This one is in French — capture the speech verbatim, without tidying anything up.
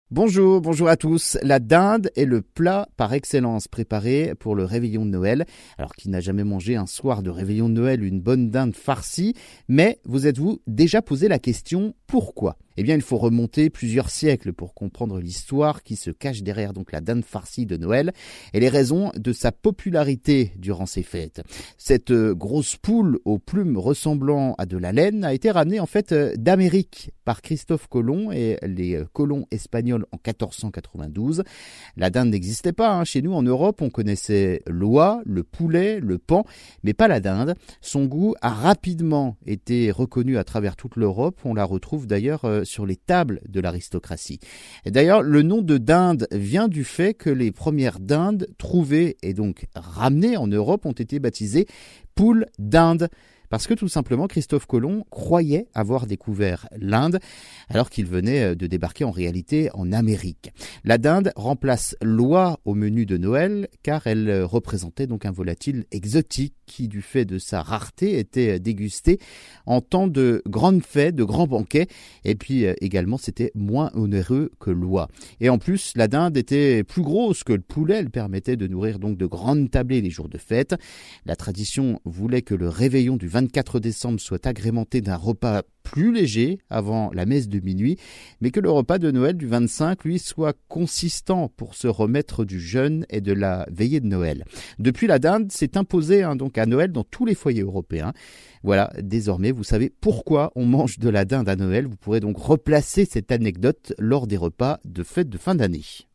Bonjour, bonjour à tous. La dinde est le plat par excellence préparé pour le réveillon de Noël. Alors, qui n'a jamais mangé un soir de réveillon de Noël une bonne dinde farcie? Mais vous êtes-vous déjà posé la question pourquoi? Eh bien, il faut remonter plusieurs siècles pour comprendre l'histoire qui se cache derrière donc la dinde farcie de Noël et les raisons de sa popularité durant ces fêtes. Cette grosse poule aux plumes ressemblant à de la laine a été ramenée en fait d'Amérique par Christophe Colomb et les colons espagnols en quatorze cent quatre-vingt-douze. La dinde n'existait pas hein. Chez nous en Europe, on connaissait l'oie, le poulet, le paon, mais pas la dinde. Son goût a rapidement été reconnu à travers toute l'Europe. On la retrouve d'ailleurs sur les tables de l'aristocratie. Et d'ailleurs, le nom de dinde vient du fait que les premières dindes trouvées et donc ramenées en Europe ont été baptisées poules d'Inde. Parce que tout simplement, Christophe Colomb croyait avoir découvert l'Inde alors qu'il venait de débarquer en réalité en Amérique. La dinde remplace l'oie au menu de Noël car elle représentait donc un volatile exotique qui, du fait de sa rareté, était dégusté en temps de grandes fêtes, de grands banquets. Et puis également, c'était moins onéreux que l'oie. Et en plus, la dinde était plus grosse que le poulet. Elle permettait de nourrir donc de grandes tablées les jours de fête. La tradition voulait que le réveillon du vingt-quatre décembre soit agrémenté d'un repas plus léger avant la messe de minuit, mais que le repas de Noël du vingt-cinq, lui, soit consistant pour se remettre du jeûne et de la veillée de Noël. Depuis, la dinde s'est imposée hein, donc à Noël dans tous les foyers européens. Voilà, désormais, vous savez pourquoi on mange de la dinde à Noël. Vous pourrez donc replacer cette anecdote lors des repas de fête de fin d'année.